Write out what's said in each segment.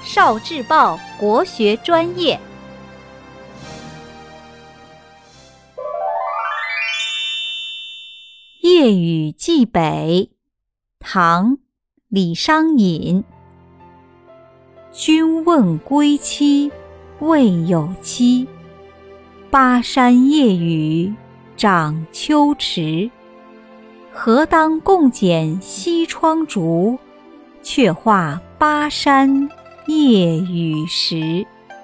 少智报国学专业。夜雨寄北，唐·李商隐。君问归期未有期，巴山夜雨涨秋池。何当共剪西窗烛，却话巴山夜雨时。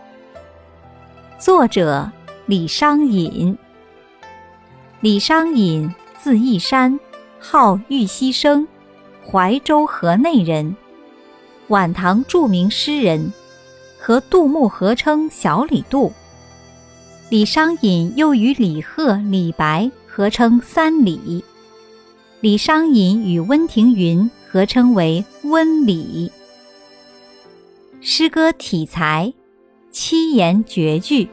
作者李商隐。李商隐字义山，号玉溪生，怀州河内人，晚唐著名诗人，和杜牧合称小李杜。李商隐又与李贺、李白合称三李。李商隐与温庭筠合称为温李。诗歌体裁七言绝句。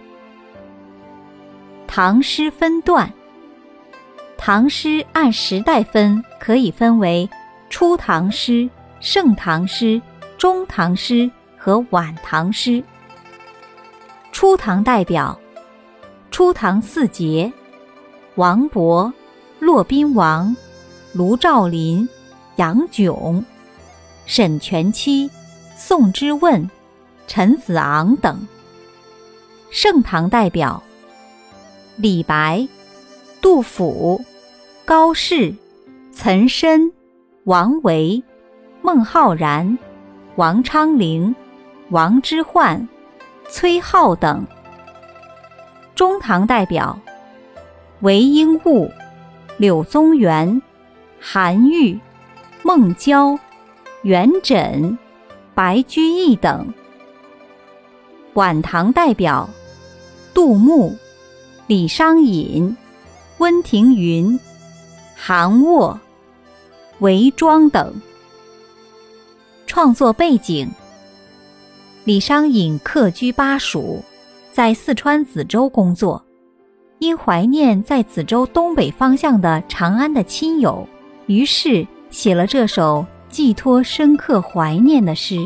唐诗分段。唐诗按时代分，可以分为初唐诗、盛唐诗、中唐诗和晚唐诗。初唐代表：初唐四杰，王勃、骆宾王、卢照邻、杨炯、沈佺期、宋之问、陈子昂等。盛唐代表：李白、杜甫、高适、岑参、王维、孟浩然、王昌龄、王之涣、崔颢等。中唐代表：韦应物、柳宗元、韩愈、孟郊、元稹、白居易等。晚唐代表：杜牧、李商隐、温庭筠、韩沃、韦庄等。创作背景：李商隐客居巴蜀，在四川梓州工作，因怀念在梓州东北方向的长安的亲友，于是写了这首寄托深刻怀念的诗。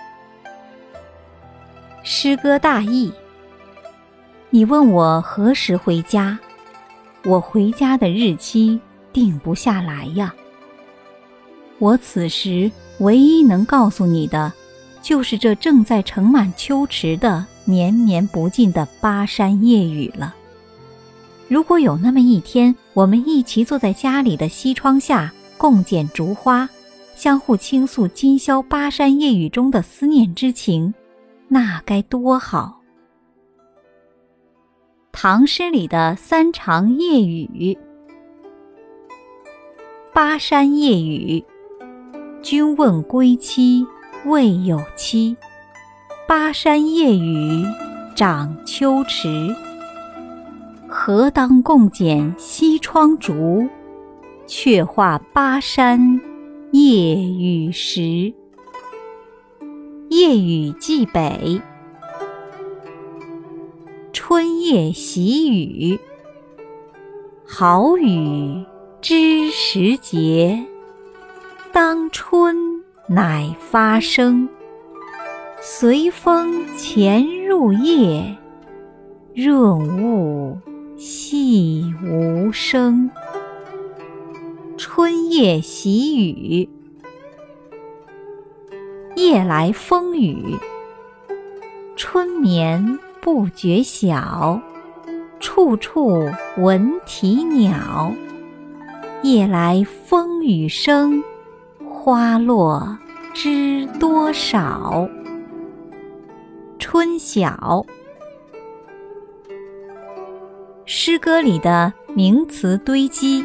诗歌大意：你问我何时回家，我回家的日期定不下来呀。我此时唯一能告诉你的，就是这正在盛满秋池的绵绵不尽的巴山夜雨了。如果有那么一天，我们一起坐在家里的西窗下，共剪烛花，相互倾诉今宵巴山夜雨中的思念之情，那该多好。唐诗里的三场夜雨。巴山夜雨，君问归期未有期，巴山夜雨涨秋池。何当共剪西窗烛，却话巴山夜雨时。夜雨寄北。春夜喜雨，好雨知时节，当春乃发生。随风潜入夜，润物细无声。春夜喜雨。夜来风雨，春眠不觉晓，处处闻啼鸟。夜来风雨声，花落知多少。春晓。诗歌里的名词堆积。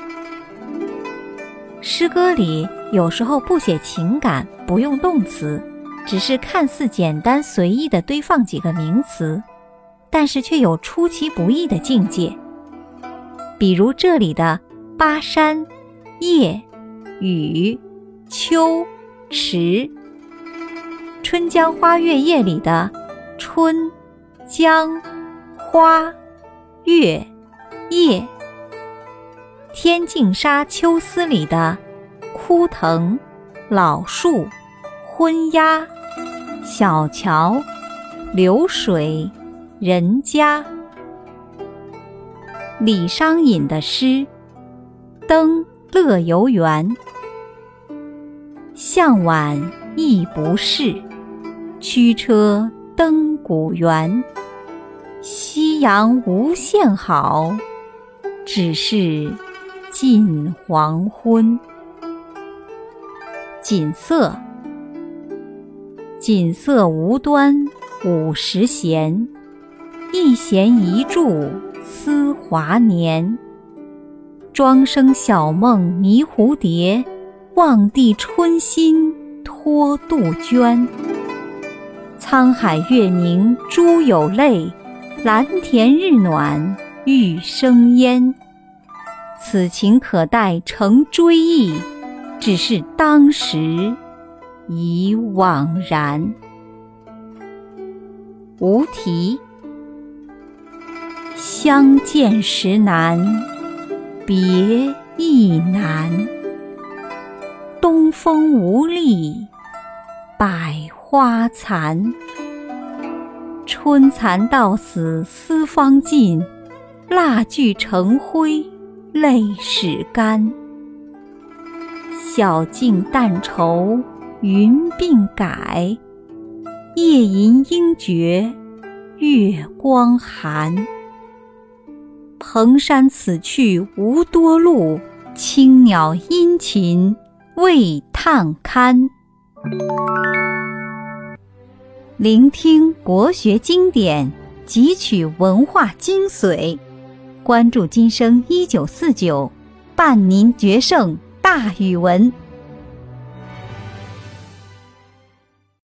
诗歌里有时候不写情感，不用动词，只是看似简单随意地堆放几个名词，但是却有出其不意的境界。比如这里的巴山、夜、雨、秋、池，春江花月夜里的春、江、花、月、夜，天净沙秋思里的枯藤、老树、昏鸦、 小桥流水人家。李商隐的诗，登乐游原。向晚意不适，驱车登古原。夕阳无限好，只是近黄昏。锦瑟，锦瑟无端50弦，一弦一柱思华年。庄生晓梦迷蝴蝶，望帝春心托杜鹃。沧海月明珠有泪，蓝田日暖玉生烟。此情可待成追忆，只是当时已惘然。无题。相见时难，别亦难。东风无力，百花残。春蚕到死丝方尽，蜡炬成灰泪始干。晓镜但愁云鬓改，夜吟应觉月光寒。蓬山此去无多路，青鸟殷勤为探看。聆听国学经典，汲取文化精髓，关注今生1949，伴您决胜大语文。